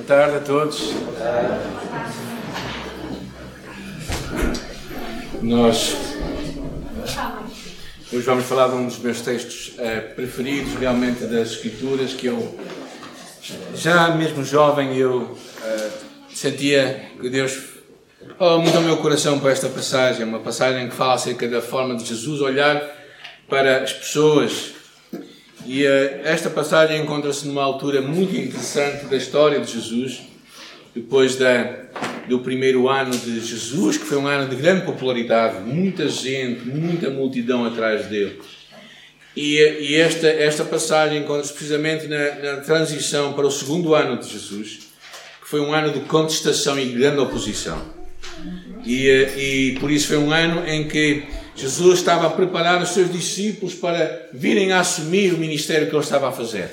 tarde a todos. Nós hoje vamos falar de um dos meus textos preferidos realmente das Escrituras, que eu, já mesmo jovem, eu sentia que Deus falou muito ao meu coração para esta passagem, uma passagem que fala acerca da forma de Jesus olhar para as pessoas. E esta passagem encontra-se numa altura muito interessante da história de Jesus, depois do primeiro ano de Jesus, que foi um ano de grande popularidade, muita gente, muita multidão atrás dele. E esta passagem encontra-se precisamente na transição para o segundo ano de Jesus, que foi um ano de contestação e grande oposição. E por isso foi um ano em que Jesus estava a preparar os seus discípulos para virem a assumir o ministério que ele estava a fazer.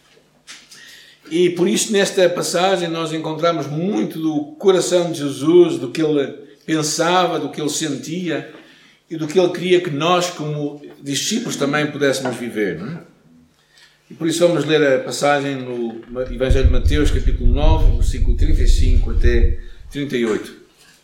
E por isso nesta passagem nós encontramos muito do coração de Jesus, do que ele pensava, do que ele sentia e do que ele queria que nós como discípulos também pudéssemos viver, não é? E por isso vamos ler a passagem no Evangelho de Mateus, capítulo 9, versículo 35 até 38.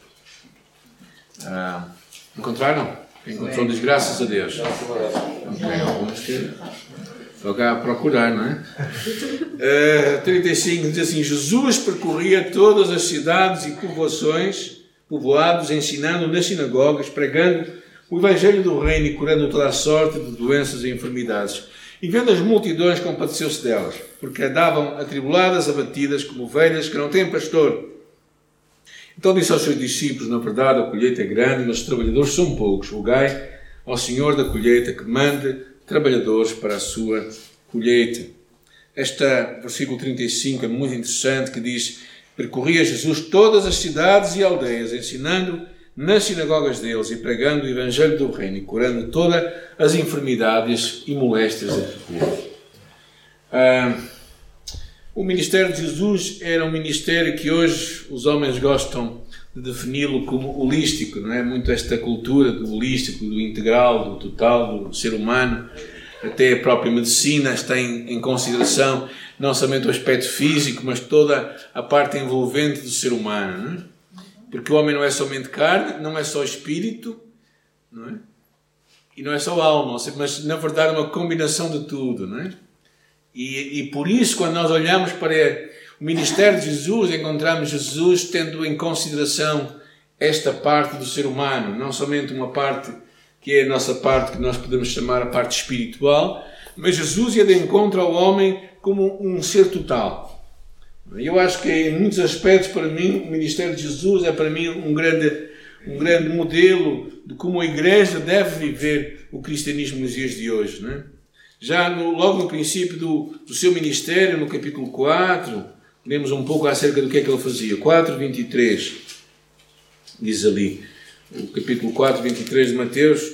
Encontraram? Encontrou desgraças a Deus. Ok, alguns que estão cá a procurar, não é? 35 diz assim: Jesus percorria todas as cidades e povoados, ensinando nas sinagogas, pregando o Evangelho do Reino e curando toda a sorte de doenças e enfermidades. E vendo as multidões, compadeceu-se delas, porque andavam atribuladas, abatidas, como ovelhas que não têm pastor. Então disse aos seus discípulos: na verdade a colheita é grande, mas os trabalhadores são poucos. Rogai ao Senhor da colheita que mande trabalhadores para a sua colheita. Este versículo 35 é muito interessante, que diz: percorria Jesus todas as cidades e aldeias, ensinando nas sinagogas deles e pregando o Evangelho do Reino e curando todas as enfermidades e moléstias do povo. O ministério de Jesus era um ministério que hoje os homens gostam de defini-lo como holístico, não é? Muito esta cultura do holístico, do integral, do total, do ser humano. Até a própria medicina tem em consideração não somente o aspecto físico, mas toda a parte envolvente do ser humano, não é? Porque o homem não é somente carne, não é só espírito, não é? E não é só alma, mas na verdade é uma combinação de tudo, não é? E por isso, quando nós olhamos para o ministério de Jesus, encontramos Jesus tendo em consideração esta parte do ser humano, não somente uma parte que é a nossa parte, que nós podemos chamar a parte espiritual, mas Jesus ia de encontro ao homem como um ser total. Eu acho que em muitos aspectos, para mim, o ministério de Jesus é para mim um grande modelo de como a Igreja deve viver o cristianismo nos dias de hoje, não é? Já logo no princípio do seu ministério, no capítulo 4, lemos um pouco acerca do que é que ele fazia. 4:23, diz ali, o capítulo 4:23 de Mateus,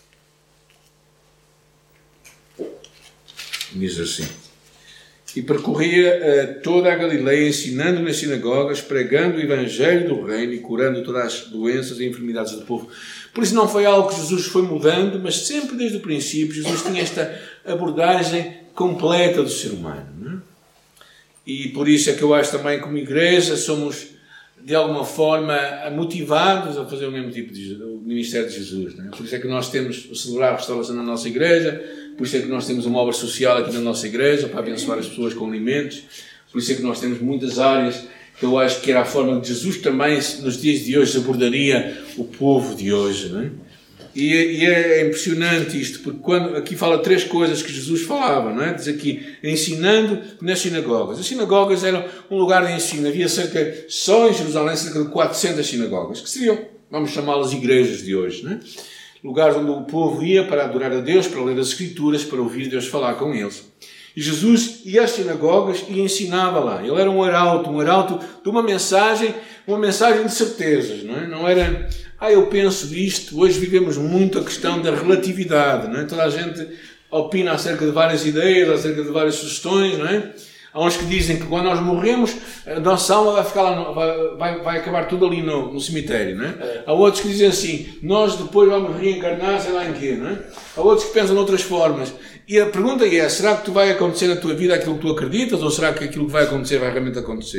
diz assim: e percorria toda a Galileia, ensinando nas sinagogas, pregando o Evangelho do Reino e curando todas as doenças e enfermidades do povo. Por isso não foi algo que Jesus foi mudando, mas sempre desde o princípio Jesus tinha esta abordagem completa do ser humano, não é? E por isso é que eu acho também que como igreja somos de alguma forma motivados a fazer o mesmo tipo de ministério de Jesus, não é? Por isso é que nós temos a celebrar a restauração na nossa igreja, por isso é que nós temos uma obra social aqui na nossa igreja para abençoar as pessoas com alimentos, por isso é que nós temos muitas áreas que eu acho que era a forma que Jesus também nos dias de hoje abordaria o povo de hoje, não é? E é impressionante isto, porque quando aqui fala três coisas que Jesus falava, não é? Diz aqui, ensinando nas sinagogas. As sinagogas eram um lugar de ensino. Havia só em Jerusalém, cerca de 400 sinagogas, que seriam, vamos chamá-las igrejas de hoje, não é? Lugares onde o povo ia para adorar a Deus, para ler as Escrituras, para ouvir Deus falar com eles. E Jesus ia às sinagogas e ensinava lá. Ele era um arauto de uma mensagem de certezas, não é? Não era, eu penso isto. Hoje vivemos muito a questão da relatividade, não é? Toda a gente opina acerca de várias ideias, acerca de várias sugestões, não é? Há uns que dizem que quando nós morremos, a nossa alma vai ficar lá, vai acabar tudo ali no cemitério, não é? Há outros que dizem assim, nós depois vamos reencarnar, sei lá em quê, não é? Há outros que pensam de outras formas. E a pergunta é, será que vai acontecer na tua vida aquilo que tu acreditas, ou será que aquilo que vai acontecer vai realmente acontecer?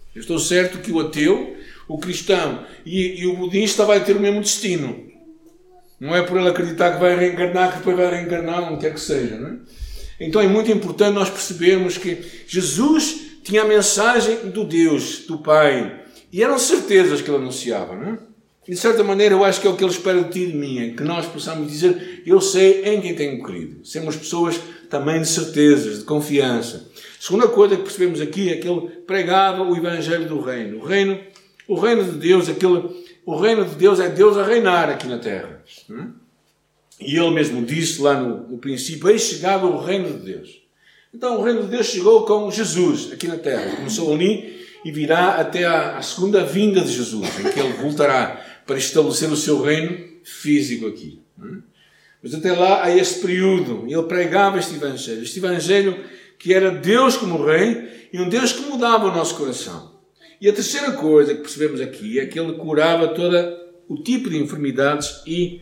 Eu estou certo que o ateu, o cristão e o budista vai ter o mesmo destino. Não é por ele acreditar que vai reencarnar, que depois vai reencarnar, não quer que seja. Não é? Então é muito importante nós percebermos que Jesus tinha a mensagem do Deus, do Pai. E eram certezas que ele anunciava. Não é? E de certa maneira eu acho que é o que ele espera de ti e de mim. É que nós possamos dizer, eu sei em quem tenho crido. Sermos pessoas também de certezas, de confiança. A segunda coisa que percebemos aqui é que ele pregava o Evangelho do Reino. O reino de Deus, o reino de Deus é Deus a reinar aqui na terra. Não é? E ele mesmo disse lá no princípio, eis chegava o reino de Deus. Então o reino de Deus chegou com Jesus aqui na terra. Começou ali e virá até a segunda vinda de Jesus, em que ele voltará para estabelecer o seu reino físico aqui. Mas até lá, a este período, ele pregava este Evangelho que era Deus como Rei e um Deus que mudava o nosso coração. E a terceira coisa que percebemos aqui é que ele curava todo o tipo de enfermidades e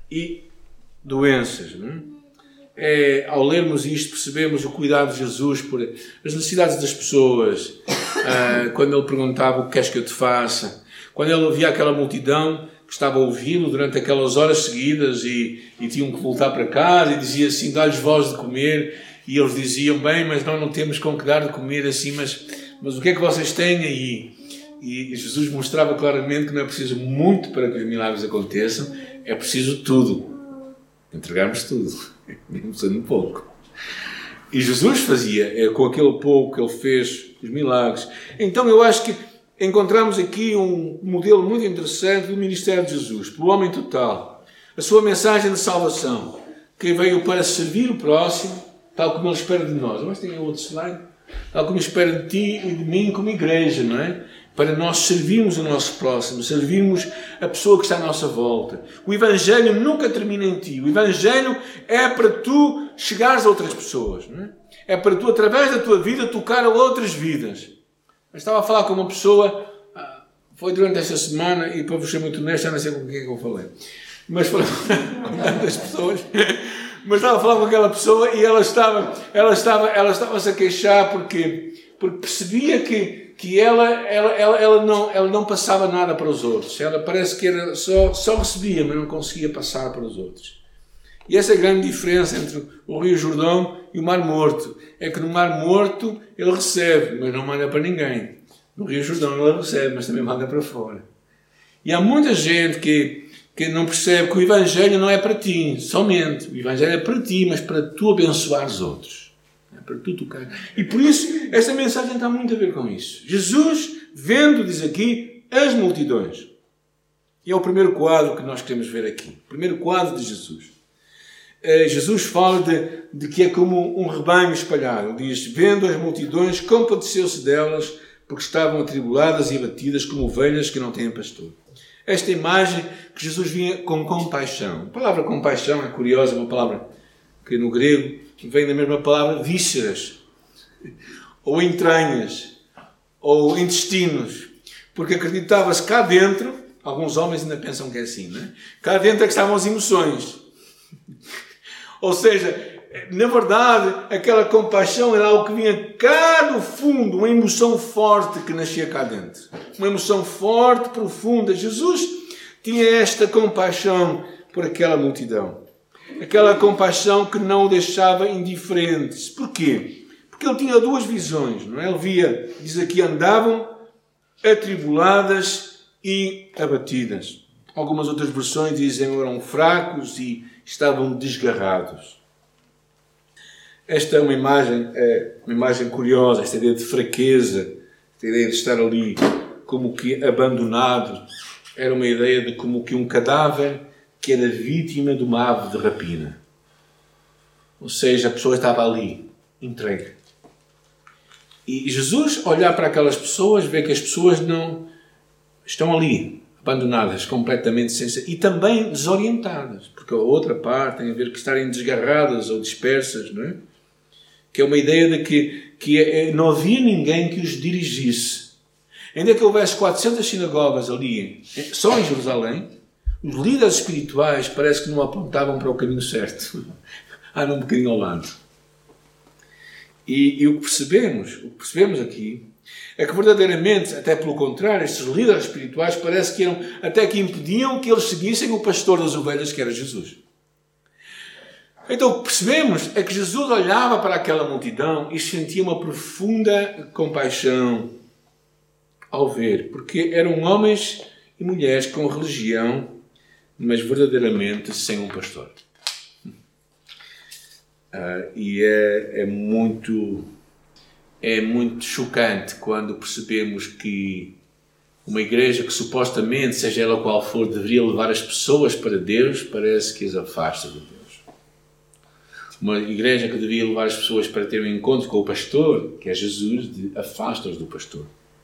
doenças. Ao lermos isto, percebemos o cuidado de Jesus por as necessidades das pessoas. Quando ele perguntava, o que queres que eu te faça? Quando ele via aquela multidão que estava a ouvi-lo durante aquelas horas seguidas e tinham que voltar para casa e dizia assim, dá-lhes voz de comer. E eles diziam, bem, mas nós não temos com que dar de comer assim, mas o que é que vocês têm aí? E Jesus mostrava claramente que não é preciso muito para que os milagres aconteçam, é preciso tudo. Entregarmos tudo, mesmo sendo pouco. E Jesus fazia, com aquele pouco que ele fez, os milagres. Então eu acho que encontramos aqui um modelo muito interessante do ministério de Jesus, pelo homem total. A sua mensagem de salvação, que veio para servir o próximo, tal como ele espera de nós. Mas tem outro slide. Tal como espera de ti e de mim como igreja, não é? Para nós servirmos o nosso próximo, servirmos a pessoa que está à nossa volta. O Evangelho nunca termina em ti. O Evangelho é para tu chegares a outras pessoas. Não é? É para tu, através da tua vida, tocar a outras vidas. Eu estava a falar com uma pessoa, foi durante esta semana, e para vos ser muito honesto, já não sei com quem é que eu falei. Mas falei com tantas pessoas. Mas estava a falar com aquela pessoa e ela estava-se a queixar porque percebia que ela não passava nada para os outros. Ela parece que era só recebia, mas não conseguia passar para os outros. E essa é a grande diferença entre o Rio Jordão e o Mar Morto. É que no Mar Morto ele recebe, mas não manda para ninguém. No Rio Jordão ele recebe, mas também manda para fora. E há muita gente que não percebe que o Evangelho não é para ti, somente. O Evangelho é para ti, mas para tu abençoar os outros. É para tu tocar. E por isso, esta mensagem tem muito a ver com isso. Jesus, vendo, diz aqui, as multidões. E é o primeiro quadro que nós queremos ver aqui. O primeiro quadro de Jesus. Jesus fala de que é como um rebanho espalhado. Ele diz, vendo as multidões, compadeceu-se delas, porque estavam atribuladas e abatidas como ovelhas que não têm pastor. Esta imagem que Jesus vinha com compaixão. A palavra compaixão é curiosa, uma palavra que no grego vem da mesma palavra vísceras, ou entranhas, ou intestinos, porque acreditava-se cá dentro, alguns homens ainda pensam que é assim, não é? Cá dentro é que estavam as emoções. Ou seja, na verdade, aquela compaixão era algo que vinha cá do fundo, uma emoção forte que nascia cá dentro. Uma emoção forte, profunda. Jesus tinha esta compaixão por aquela multidão. Aquela compaixão que não o deixava indiferente. Porquê? Porque ele tinha duas visões, não é? Ele via, diz aqui, andavam atribuladas e abatidas. Algumas outras versões dizem que eram fracos e estavam desgarrados. Esta é uma imagem curiosa, esta ideia de fraqueza, esta ideia de estar ali como que abandonado. Era uma ideia de como que um cadáver que era vítima de uma ave de rapina. Ou seja, a pessoa estava ali, entregue. E Jesus, olhar para aquelas pessoas, vê que as pessoas não estão ali, abandonadas, completamente e também desorientadas. Porque a outra parte tem a ver com estarem desgarradas ou dispersas, não é? Que é uma ideia de que não havia ninguém que os dirigisse. Ainda que houvesse 400 sinagogas ali, só em Jerusalém, os líderes espirituais parece que não apontavam para o caminho certo. Andam um bocadinho ao lado. E o que percebemos aqui É que verdadeiramente, até pelo contrário, estes líderes espirituais parece que eram até que impediam que eles seguissem o pastor das ovelhas, que era Jesus. Então o que percebemos é que Jesus olhava para aquela multidão e sentia uma profunda compaixão ao ver, porque eram homens e mulheres com religião, mas verdadeiramente sem um pastor. E é muito chocante quando percebemos que uma igreja que supostamente, seja ela qual for, deveria levar as pessoas para Deus, parece que as afasta de Deus. Uma igreja que deveria levar as pessoas para ter um encontro com o pastor, que é Jesus, afasta-os do pastor.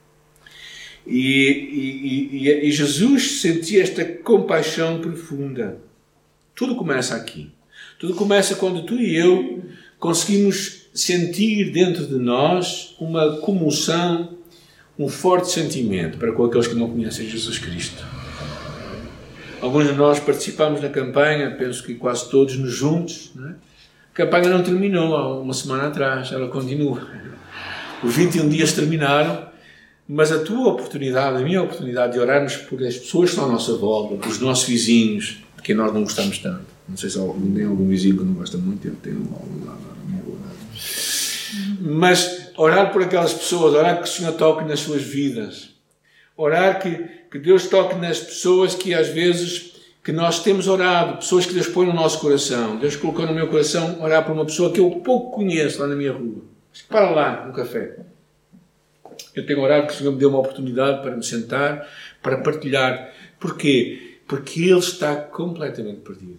E Jesus sentia esta compaixão profunda. Tudo começa aqui. Tudo começa quando tu e eu conseguimos sentir dentro de nós uma comoção, um forte sentimento para com aqueles que não conhecem Jesus Cristo. Alguns de nós participamos na campanha, penso que quase todos nos juntos, não é? A campanha não terminou há uma semana atrás, ela continua. Os 21 dias terminaram, mas a tua oportunidade, a minha oportunidade de orarmos por as pessoas que estão à nossa volta, por os nossos vizinhos, de quem nós não gostamos tanto. Não sei se tem algum vizinho que não gosta muito, eu tenho algum lá na minha rua. Mas orar por aquelas pessoas, orar que o Senhor toque nas suas vidas, orar que Deus toque nas pessoas que às vezes que nós temos orado, pessoas que Deus põe no nosso coração. Deus colocou no meu coração orar por uma pessoa que eu pouco conheço lá na minha rua. Para lá, no café. Eu tenho orado que o Senhor me dê uma oportunidade para me sentar, para partilhar. Porquê? Porque ele está completamente perdido.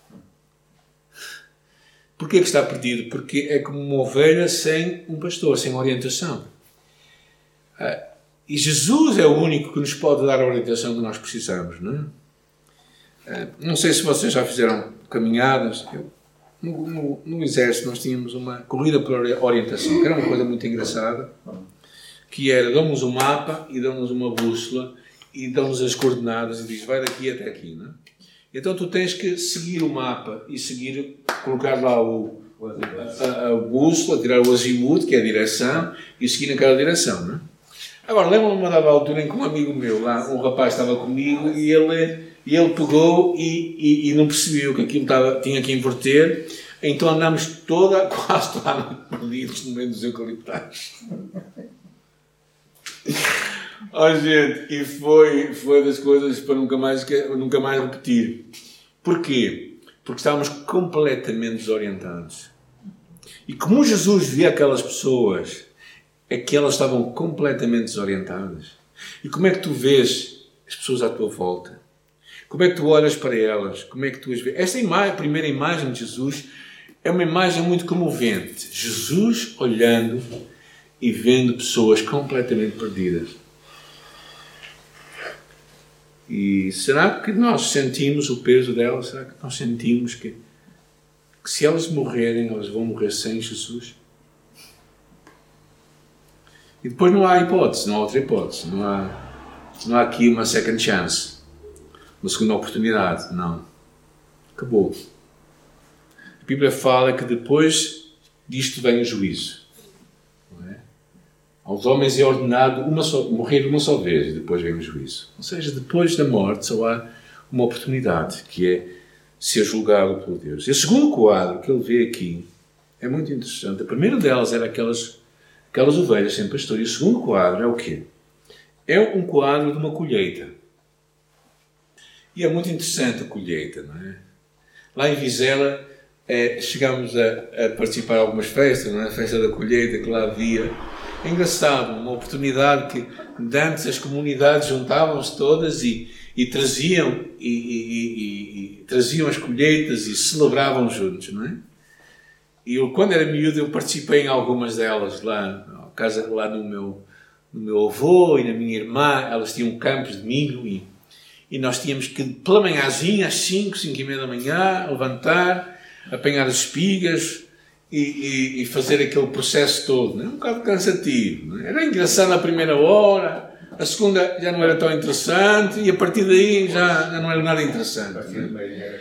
Porquê que está perdido? Porque é como uma ovelha sem um pastor, sem orientação. E Jesus é o único que nos pode dar a orientação que nós precisamos, não é? Não sei se vocês já fizeram caminhadas. No exército nós tínhamos uma corrida por orientação, que era uma coisa muito engraçada, que era, dão-nos um mapa e dão-nos uma bússola e dão-nos as coordenadas e diz, vai daqui até aqui, não é? Então tu tens que seguir o mapa e colocar lá a bússola, tirar o azimuth, que é a direção, e seguir naquela direção, não é? Agora, lembro-me de uma dada altura em que um amigo meu lá, um rapaz estava comigo e ele pegou e não percebeu que aquilo tinha que inverter, então andámos quase toda a noite perdidos no meio dos eucaliptais. Gente, e foi das coisas para nunca mais repetir. Porquê? Porque estávamos completamente desorientados. E como Jesus via aquelas pessoas, é que elas estavam completamente desorientadas. E como é que tu vês as pessoas à tua volta? Como é que tu olhas para elas? Como é que tu as vês? Esta primeira imagem de Jesus é uma imagem muito comovente. Jesus olhando e vendo pessoas completamente perdidas. E será que nós sentimos o peso delas? Será que nós sentimos que se elas morrerem, elas vão morrer sem Jesus? E depois não há hipótese, não há outra hipótese. Não há aqui uma second chance, uma segunda oportunidade. Não. Acabou. A Bíblia fala que depois disto vem o juízo. Não é? Aos homens é ordenado morrer uma só vez e depois vem o juízo. Ou seja, depois da morte só há uma oportunidade, que é ser julgado por Deus. E o segundo quadro que ele vê aqui é muito interessante. A primeira delas era aquelas ovelhas sem pastor. E o segundo quadro é o quê? É um quadro de uma colheita. E é muito interessante a colheita, não é? Lá em Vizela, chegámos a participar de algumas festas, não é? A festa da colheita que lá havia. É engraçado, uma oportunidade que de antes as comunidades juntavam-se todas e traziam traziam as colheitas e celebravam juntos, não é? E eu, quando era miúdo, eu participei em algumas delas lá no meu avô e na minha irmã. Elas tinham campos de milho e nós tínhamos que, pela manhãzinha, às 5h da manhã, levantar, apanhar as espigas e fazer aquele processo todo. Não é? Um bocado cansativo. Não é? Era engraçado na primeira hora, a segunda já não era tão interessante e a partir daí já não era nada interessante. Não é?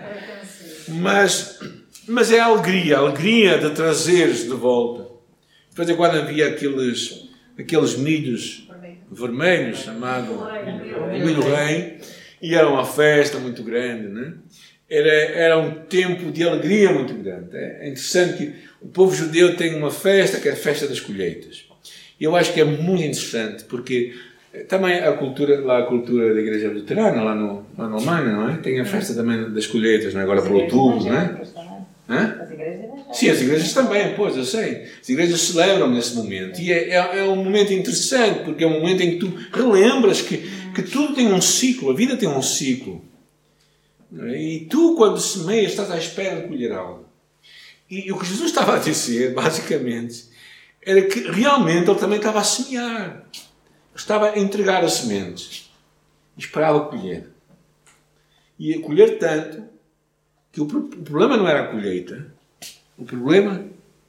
Mas é a alegria de trazeres de volta. De vez em quando havia aqueles milhos vermelhos, chamado milho rei, e era uma festa muito grande, né? Era um tempo de alegria muito grande. É interessante que o povo judeu tem uma festa, que é a festa das colheitas. E eu acho que é muito interessante, porque também a cultura da Igreja Luterana, lá na Alemanha, não é? Tem a festa também das colheitas, não é? Agora para outubro, não é? As igrejas? Sim, as igrejas também, pois, eu sei. As igrejas celebram nesse momento. E é um momento interessante, porque é um momento em que tu relembras que tudo tem um ciclo, a vida tem um ciclo. E tu, quando semeias, estás à espera de colher algo. E o que Jesus estava a dizer, basicamente, era que realmente ele também estava a semear. Estava a entregar as sementes. E esperava colher. E a colher tanto que o problema não era a colheita. O problema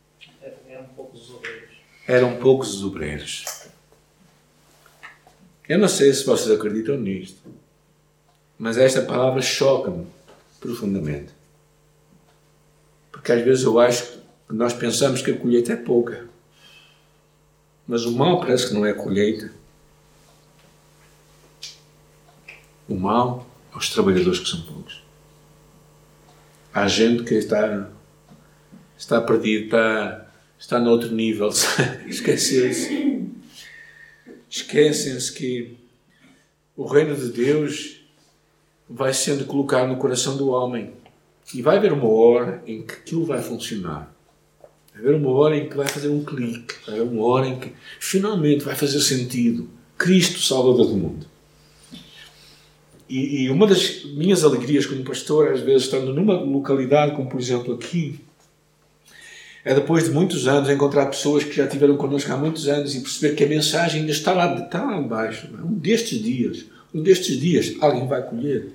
eram poucos os obreiros. Eu não sei se vocês acreditam nisto, mas esta palavra choca-me profundamente. Porque às vezes eu acho que nós pensamos que a colheita é pouca. Mas o mal parece que não é a colheita. O mal é os trabalhadores que são poucos. Há gente que está perdido, está noutro nível. Esquecem-se que o reino de Deus vai sendo colocado no coração do homem. E vai haver uma hora em que aquilo vai funcionar. Vai haver uma hora em que vai fazer um clique. Vai haver uma hora em que finalmente vai fazer sentido. Cristo, Salvador do mundo. E uma das minhas alegrias como pastor, às vezes estando numa localidade como por exemplo aqui, é depois de muitos anos encontrar pessoas que já estiveram connosco há muitos anos e perceber que a mensagem ainda está lá abaixo. Um destes dias alguém vai colher.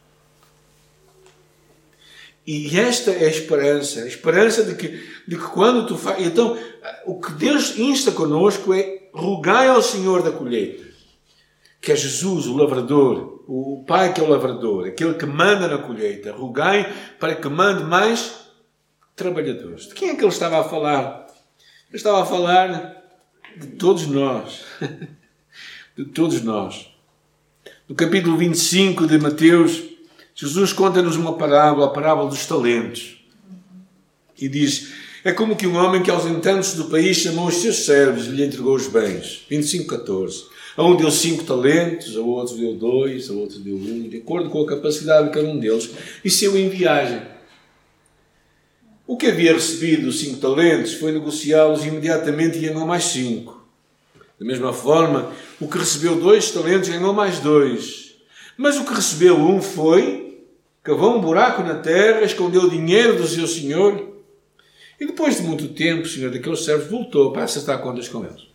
E esta é a esperança de que quando tu fazes... Então, o que Deus insta connosco é rogai ao Senhor da colheita, que é Jesus, o lavrador, o Pai que é o lavrador, aquele que manda na colheita. Rogai para que mande mais trabalhadores. De quem é que ele estava a falar? Ele estava a falar de todos nós. De todos nós. No capítulo 25 de Mateus, Jesus conta-nos uma parábola, a parábola dos talentos. E diz, é como que um homem que ausentando-se do país chamou os seus servos e lhe entregou os bens. 25:14. A um deu 5 talentos, a outro deu 2, a outro deu 1, de acordo com a capacidade de cada um deles, e saiu em viagem. O que havia recebido 5 talentos foi negociá-los imediatamente e ganhou mais 5. Da mesma forma, o que recebeu 2 talentos ganhou mais 2. Mas o que recebeu 1 foi, cavou um buraco na terra, escondeu o dinheiro do seu senhor, e depois de muito tempo, o senhor daqueles servos voltou para acertar contas com eles.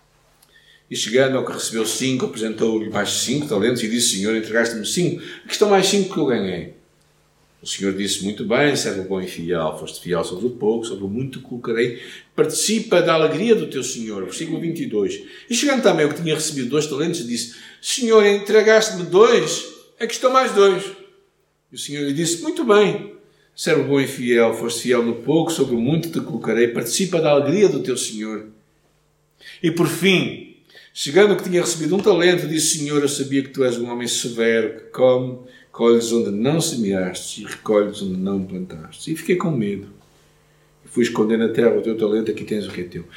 E chegando ao que recebeu 5, apresentou-lhe mais 5 talentos e disse, Senhor, entregaste-me 5, aqui estão mais 5 que eu ganhei. O Senhor disse, muito bem, servo bom e fiel, foste fiel sobre o pouco, sobre o muito te colocarei, participa da alegria do teu Senhor. Versículo 22. E chegando também ao que tinha recebido 2 talentos, disse, Senhor, entregaste-me 2, aqui estão mais 2. E o Senhor lhe disse, muito bem, servo bom e fiel, foste fiel no pouco, sobre o muito te colocarei, participa da alegria do teu Senhor. E por fim, chegando ao que tinha recebido 1 talento, disse, Senhor, eu sabia que tu és um homem severo, que come, colhes onde não semeaste e recolhes onde não plantaste. E fiquei com medo. E fui esconder na terra o teu talento, aqui tens o que é teu.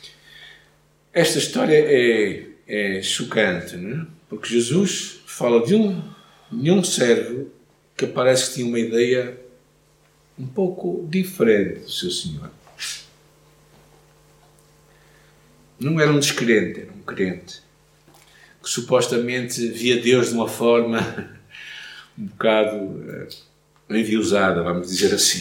Esta história é chocante, não é? Porque Jesus fala de um servo que parece que tinha uma ideia um pouco diferente do seu Senhor. Não era um descrente, era um crente, que supostamente via Deus de uma forma um bocado enviosada, vamos dizer assim.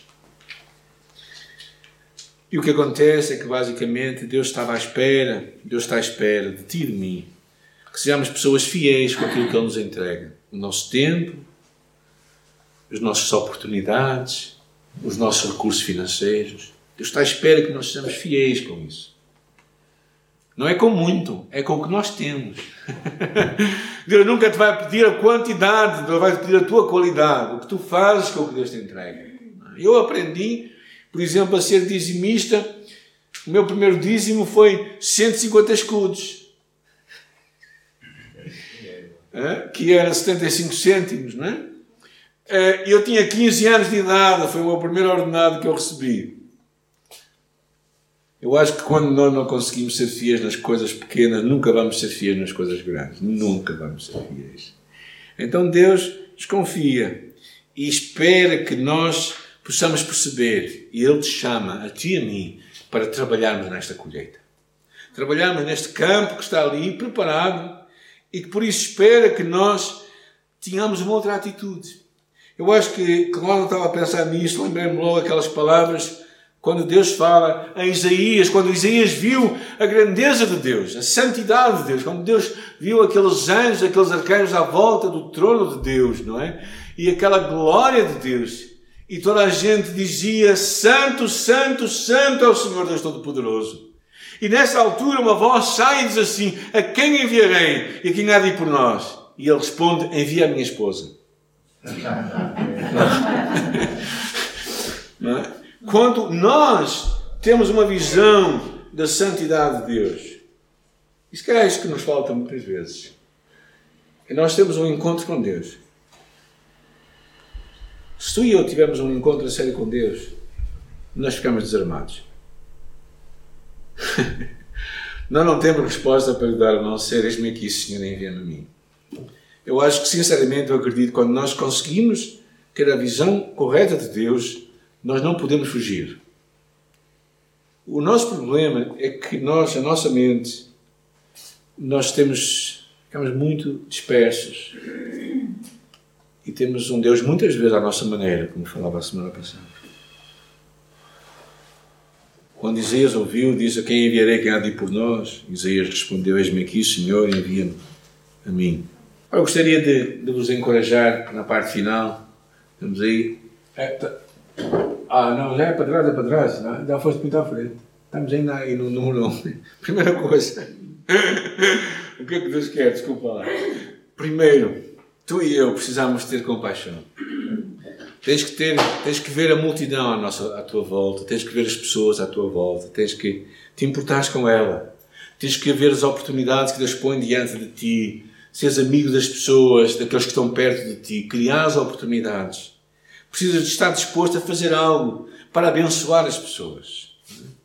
E o que acontece é que basicamente Deus está à espera de ti e de mim, que sejamos pessoas fiéis com aquilo que Ele nos entrega. O nosso tempo, as nossas oportunidades, os nossos recursos financeiros. Deus está à espera que nós sejamos fiéis com isso. Não é com muito, é com o que nós temos. Deus nunca te vai pedir a quantidade, Deus vai te pedir a tua qualidade. O que tu fazes com o que Deus te entrega. Eu aprendi, por exemplo, a ser dizimista O meu primeiro dízimo foi 150 escudos. Que era 75 cêntimos, não é? Eu tinha 15 anos de idade, foi o meu primeiro ordenado que eu recebi. Eu acho que quando nós não conseguimos ser fiéis nas coisas pequenas, nunca vamos ser fiéis nas coisas grandes. Nunca vamos ser fiéis. Então Deus desconfia e espera que nós possamos perceber. E Ele te chama, a ti e a mim, para trabalharmos nesta colheita. Trabalharmos neste campo que está ali, preparado, e que por isso espera que nós tenhamos uma outra atitude. Eu acho que quando eu estava a pensar nisso, lembrei-me logo aquelas palavras quando Deus fala em Isaías, quando Isaías viu a grandeza de Deus, a santidade de Deus, quando Deus viu aqueles anjos, aqueles arcanjos à volta do trono de Deus, não é? E aquela glória de Deus. E toda a gente dizia, Santo, Santo, Santo é o Senhor Deus Todo-Poderoso. E nessa altura uma voz sai e diz assim, a quem enviarei? E a quem há de ir por nós? E ele responde, envia a minha esposa. Não é? Quando nós temos uma visão da santidade de Deus, isso é isso que nos falta muitas vezes. E nós temos um encontro com Deus. Se tu e eu tivermos um encontro a sério com Deus, nós ficamos desarmados. Nós não temos resposta para lhe dar a não ser, eis-me aqui, Senhor, envia-me a mim. Eu acho que, sinceramente, eu acredito que quando nós conseguimos ter a visão correta de Deus, nós não podemos fugir. O nosso problema é que nós, a nossa mente, ficamos muito dispersos. E temos um Deus muitas vezes à nossa maneira, como falava a semana passada. Quando Isaías ouviu, disse, a quem enviarei, quem há de ir por nós? Isaías respondeu, eis-me aqui, Senhor, envia-me a mim. Eu gostaria de vos encorajar na parte final. Estamos aí. Não, já é para trás. Não? Já foste muito à frente. Estamos ainda aí no número 1. Primeira coisa. O que é que Deus quer? Desculpa lá. Primeiro, tu e eu precisamos ter compaixão. Tens que ver a multidão à tua volta. Tens que ver as pessoas à tua volta. Tens que te importares com ela. Tens que ver as oportunidades que Deus põe diante de ti. Seres amigo das pessoas, daqueles que estão perto de ti. Criar as oportunidades. Precisas de estar disposto a fazer algo para abençoar as pessoas.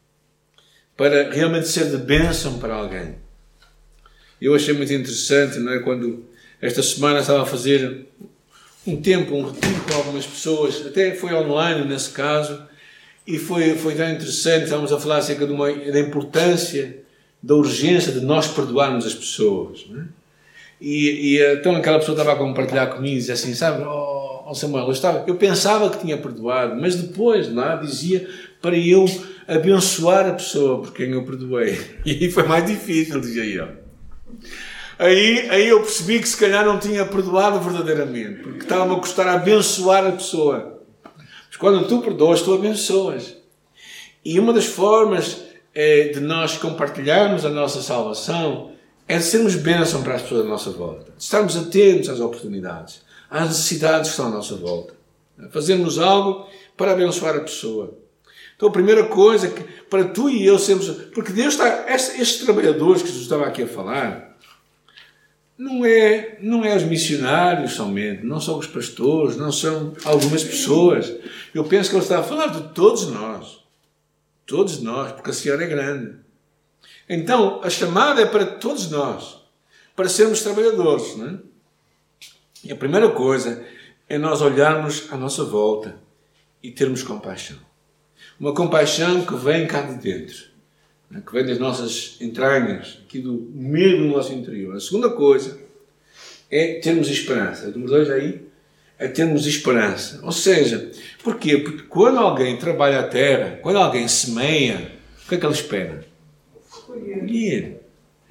Para realmente ser de bênção para alguém. Eu achei muito interessante, não é? Quando esta semana estava a fazer um retiro com algumas pessoas, até foi online nesse caso, e foi tão interessante, estávamos a falar acerca da importância, da urgência de nós perdoarmos as pessoas. Não é? E então aquela pessoa estava a compartilhar comigo e dizia assim, sabe, Samuel, eu pensava que tinha perdoado, mas depois lá dizia para eu abençoar a pessoa por quem eu perdoei. E foi mais difícil, dizia ele. Aí eu percebi que se calhar não tinha perdoado verdadeiramente, porque estava-me a custar a abençoar a pessoa. Mas quando tu perdoas, tu abençoas. E uma das formas de nós compartilharmos a nossa salvação é de sermos bênção para as pessoas à nossa volta. De estarmos atentos às oportunidades, às necessidades que estão à nossa volta. Fazermos algo para abençoar a pessoa. Então a primeira coisa que para tu e eu sermos... Porque Deus está... Estes trabalhadores que Jesus estava aqui a falar, não é os missionários somente, não são os pastores, não são algumas pessoas. Eu penso que Ele está a falar de todos nós. Todos nós, porque a Senhora é grande. Então, a chamada é para todos nós, para sermos trabalhadores, não é? E a primeira coisa é nós olharmos à nossa volta e termos compaixão. Uma compaixão que vem cá de dentro, né? Que vem das nossas entranhas, aqui do meio do nosso interior. A segunda coisa é termos esperança. Número 2 aí é termos esperança. Ou seja, porquê? Porque quando alguém trabalha a terra, quando alguém semeia, o que é que ele espera? Colher.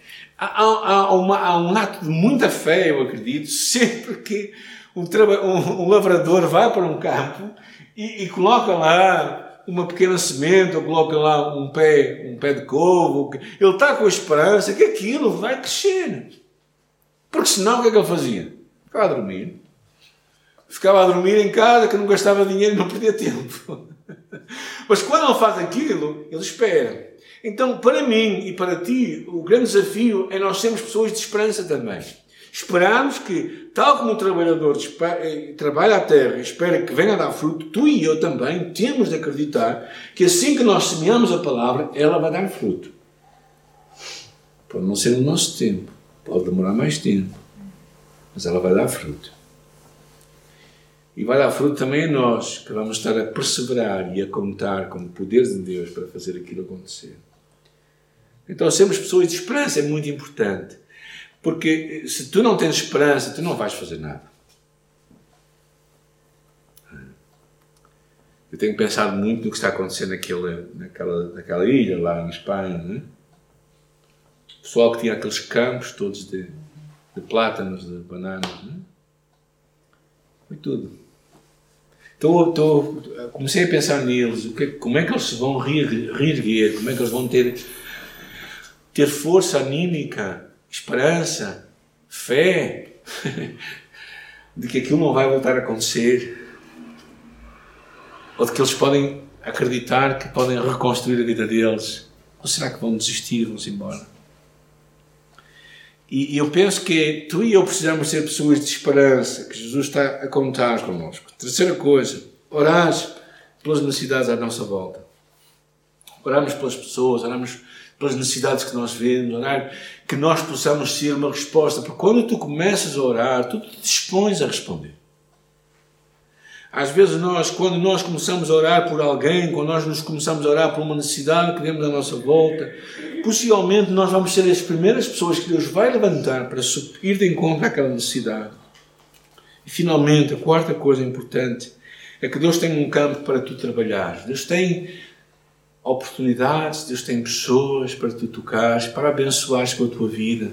Há um ato de muita fé, eu acredito, sempre que um lavrador vai para um campo e coloca lá uma pequena semente, ou coloca lá um pé de couve, ele está com a esperança que aquilo vai crescer. Porque senão o que é que ele fazia? Ficava a dormir em casa, que não gastava dinheiro e não perdia tempo. Mas quando ele faz aquilo, ele espera. Então, para mim e para ti, o grande desafio é nós sermos pessoas de esperança também. Esperarmos que, tal como o trabalhador trabalha a terra e espera que venha a dar fruto, tu e eu também temos de acreditar que assim que nós semeamos a palavra, ela vai dar fruto. Pode não ser no nosso tempo, pode demorar mais tempo, mas ela vai dar fruto. E vai dar fruto também a nós, que vamos estar a perseverar e a contar com o poder de Deus para fazer aquilo acontecer. Então, sermos pessoas de esperança é muito importante. Porque se tu não tens esperança, tu não vais fazer nada. Eu tenho pensado muito no que está acontecendo naquela ilha lá em Espanha. Né? O pessoal que tinha aqueles campos todos de plátanos, de bananas. Né? Foi tudo. Então, comecei a pensar neles. Como é que eles se vão reerguer? Como é que eles vão ter força anímica, esperança, fé de que aquilo não vai voltar a acontecer, ou de que eles podem acreditar que podem reconstruir a vida deles, ou será que vão desistir, vão-se embora? E eu penso que tu e eu precisamos ser pessoas de esperança, que Jesus está a contar connosco. Terceira coisa, orar pelas necessidades à nossa volta. Oramos pelas pessoas, oramos pelas necessidades que nós vemos, orar que nós possamos ser uma resposta, porque quando tu começas a orar, tu te dispões a responder. Às vezes quando nós começamos a orar por alguém, quando nós nos começamos a orar por uma necessidade que vemos à nossa volta, possivelmente nós vamos ser as primeiras pessoas que Deus vai levantar para ir de encontro àquela necessidade. E finalmente, a quarta coisa importante é que Deus tem um campo para tu trabalhar. Deus tem oportunidades, Deus tem pessoas para tu tocares, para abençoares com a tua vida.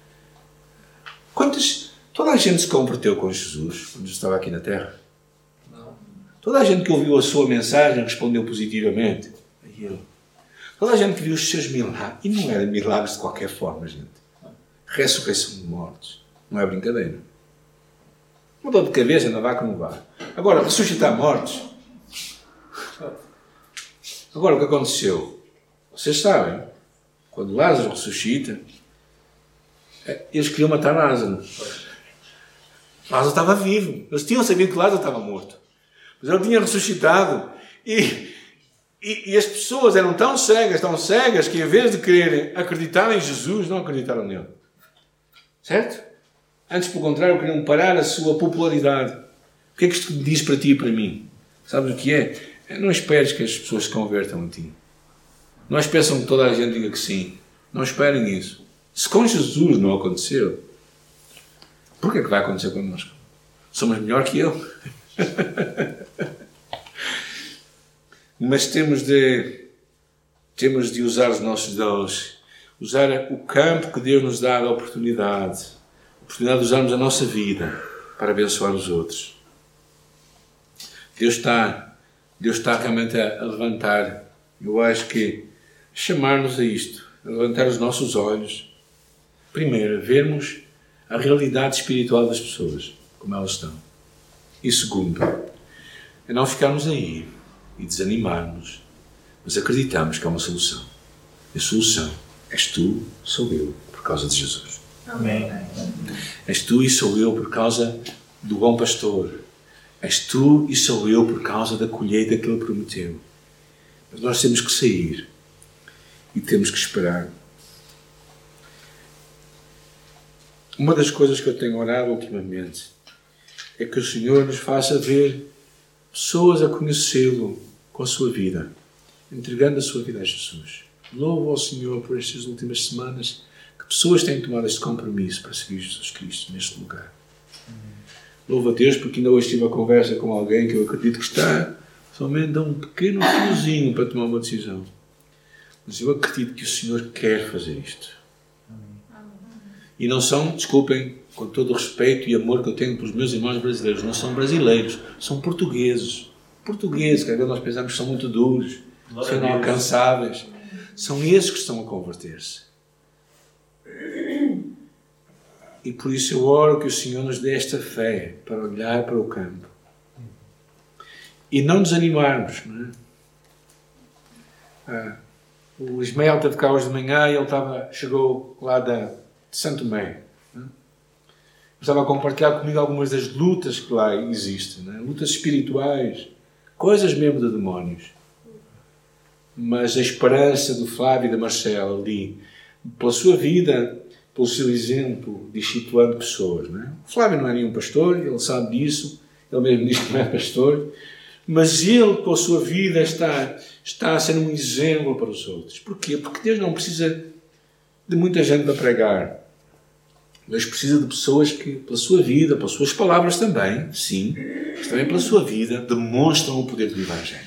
Toda a gente se converteu com Jesus quando Jesus estava aqui na Terra? Não. Toda a gente que ouviu a sua mensagem respondeu positivamente a ele. Toda a gente que viu os seus milagres, e não eram milagres de qualquer forma, gente. Ressurreição de mortos, não é brincadeira. Uma dor de cabeça na vaca não vá. Agora, ressuscitar mortos. Agora, o que aconteceu? Vocês sabem, quando Lázaro ressuscita, eles queriam matar Lázaro. Lázaro estava vivo. Eles tinham sabido que Lázaro estava morto. Mas ele tinha ressuscitado. E as pessoas eram tão cegas, que em vez de quererem acreditar em Jesus, não acreditaram nele. Certo? Antes, pelo contrário, queriam parar a sua popularidade. O que é que isto diz para ti e para mim? Sabes o que é? Não esperes que as pessoas se convertam a ti. Não esperam que toda a gente diga que sim. Não esperem isso. Se com Jesus não aconteceu, por que é que vai acontecer connosco? Somos melhor que ele. Mas temos de usar os nossos dons, usar o campo que Deus nos dá, a oportunidade de usarmos a nossa vida para abençoar os outros. Deus está realmente a levantar, eu acho que chamar-nos a isto, a levantar os nossos olhos, primeiro, a vermos a realidade espiritual das pessoas, como elas estão. E segundo, a não ficarmos aí e desanimarmos, mas acreditamos que há uma solução. E a solução és tu, sou eu, por causa de Jesus. Amém. És tu e sou eu por causa do bom pastor. És tu e sou eu por causa da colheita que Ele prometeu. Mas nós temos que sair e temos que esperar. Uma das coisas que eu tenho orado ultimamente é que o Senhor nos faça ver pessoas a conhecê-lo com a sua vida, entregando a sua vida a Jesus. Louvo ao Senhor por estas últimas semanas que pessoas têm tomado este compromisso para seguir Jesus Cristo neste lugar. Louvo a Deus porque ainda hoje tive uma conversa com alguém que eu acredito que está somente a um pequeno fiozinho para tomar uma decisão. Mas eu acredito que o Senhor quer fazer isto. E não são, desculpem, com todo o respeito e amor que eu tenho pelos meus irmãos brasileiros, não são brasileiros, são portugueses. Portugueses, que às vezes nós pensamos que são muito duros, são inalcançáveis. São esses que estão a converter-se. E por isso eu oro que o Senhor nos dê esta fé para olhar para o campo. E não desanimarmos, não é? O Ismael esteve cá hoje de manhã e ele chegou lá de Santo Tomé. Estava a compartilhar comigo algumas das lutas que lá existem, né? Lutas espirituais, coisas mesmo de demónios. Mas a esperança do Flávio e da Marcela ali, pela sua vida, pelo seu exemplo, discipulando pessoas. Né? O Flávio não é nenhum pastor, ele sabe disso, ele mesmo diz que não é pastor, mas ele, pela sua vida, está a ser um exemplo para os outros. Porquê? Porque Deus não precisa de muita gente para pregar. Deus precisa de pessoas que, pela sua vida, pelas suas palavras também, sim, mas também pela sua vida, demonstram o poder do Evangelho.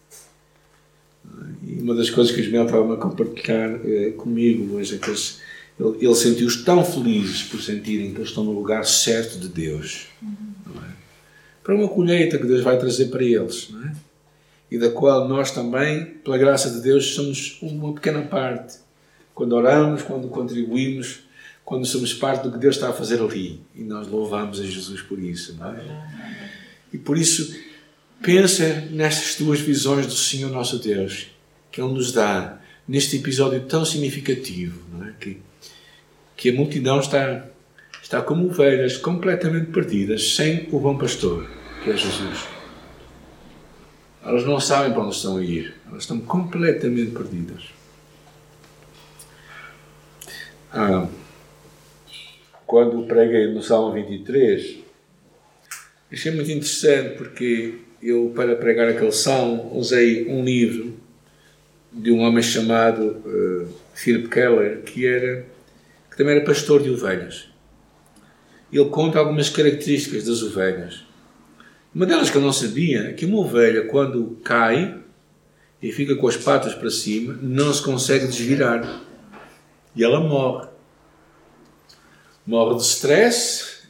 E uma das coisas que o Ismael estava a compartilhar comigo hoje é que ele sentiu-os tão felizes por sentirem que eles estão no lugar certo de Deus. Não é? Para uma colheita que Deus vai trazer para eles. Não é? E da qual nós também, pela graça de Deus, somos uma pequena parte. Quando oramos, quando contribuímos, quando somos parte do que Deus está a fazer ali. E nós louvamos a Jesus por isso. Não é? E por isso, pensa nestas duas visões do Senhor nosso Deus, que Ele nos dá neste episódio tão significativo. Não é? Que a multidão está como ovelhas completamente perdidas, sem o bom pastor, que é Jesus. Elas não sabem para onde estão a ir. Elas estão completamente perdidas. Quando preguei no Salmo 23, achei muito interessante porque eu, para pregar aquele salmo, usei um livro de um homem chamado Philip Keller, que também era pastor de ovelhas. Ele conta algumas características das ovelhas. Uma delas que eu não sabia é que uma ovelha, quando cai e fica com as patas para cima, não se consegue desvirar. E ela morre. Morre de stress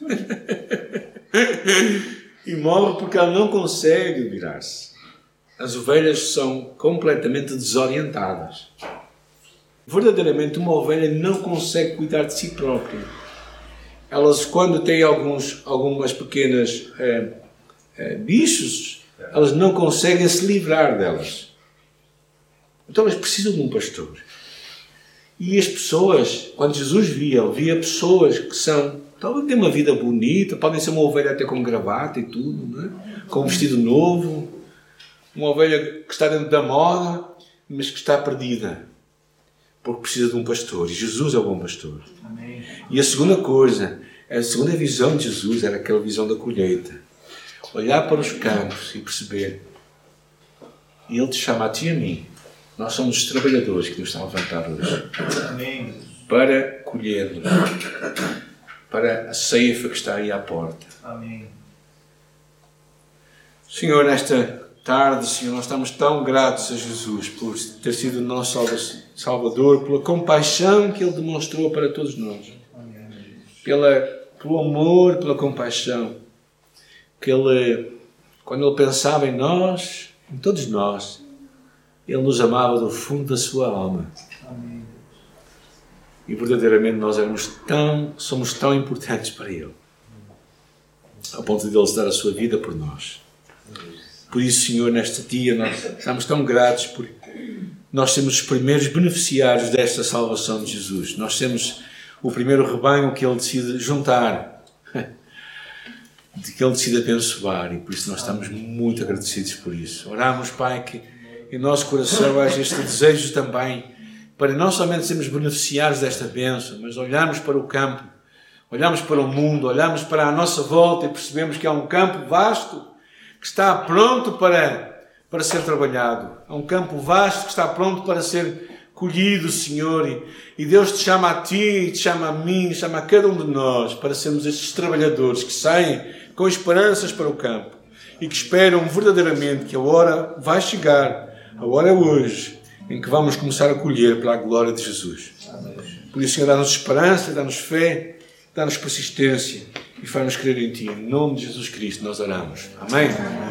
e morre porque ela não consegue virar-se. As ovelhas são completamente desorientadas. Verdadeiramente, uma ovelha não consegue cuidar de si própria. Elas, quando têm algumas pequenas bichos, elas não conseguem se livrar delas. Então elas precisam de um pastor. E as pessoas, quando Jesus ele via pessoas que talvez têm uma vida bonita, podem ser uma ovelha até com gravata e tudo, não é? Com um vestido novo, uma ovelha que está dentro da moda, mas que está perdida, porque precisa de um pastor. E Jesus é o bom pastor. Amém. E a segunda coisa, a segunda visão de Jesus era aquela visão da colheita. Olhar para os campos e perceber. E Ele te chama a ti e a mim. Nós somos os trabalhadores que Deus está a levantar hoje. Amém. Para colhermos. Para a ceifa que está aí à porta. Amém. Senhor, nesta tarde, Senhor, nós estamos tão gratos a Jesus por ter sido o nosso Salvador, pela compaixão que Ele demonstrou para todos nós. Pelo amor, pela compaixão. Que Ele, quando Ele pensava em nós, em todos nós, Ele nos amava do fundo da sua alma. Amém. E verdadeiramente nós somos tão importantes para Ele. Ao ponto de Ele dar a sua vida por nós. Por isso, Senhor, neste dia nós estamos tão gratos por nós sermos os primeiros beneficiários desta salvação de Jesus. Nós temos o primeiro rebanho que Ele decide juntar, que Ele decide abençoar, e por isso nós estamos muito agradecidos por isso. Oramos, Pai, que em nosso coração haja este desejo também, para não somente sermos beneficiários desta bênção, mas olharmos para o campo, olharmos para o mundo, olharmos para a nossa volta e percebemos que há um campo vasto que está pronto para ser trabalhado. Há um campo vasto que está pronto para ser colhido, Senhor. E Deus te chama a ti, te chama a mim, chama a cada um de nós para sermos estes trabalhadores que saem com esperanças para o campo e que esperam verdadeiramente que a hora vai chegar, a hora é hoje, em que vamos começar a colher pela glória de Jesus. Amém. Por isso, Senhor, dá-nos esperança, dá-nos fé, dá-nos persistência e faz-nos crer em Ti. Em nome de Jesus Cristo nós oramos. Amém?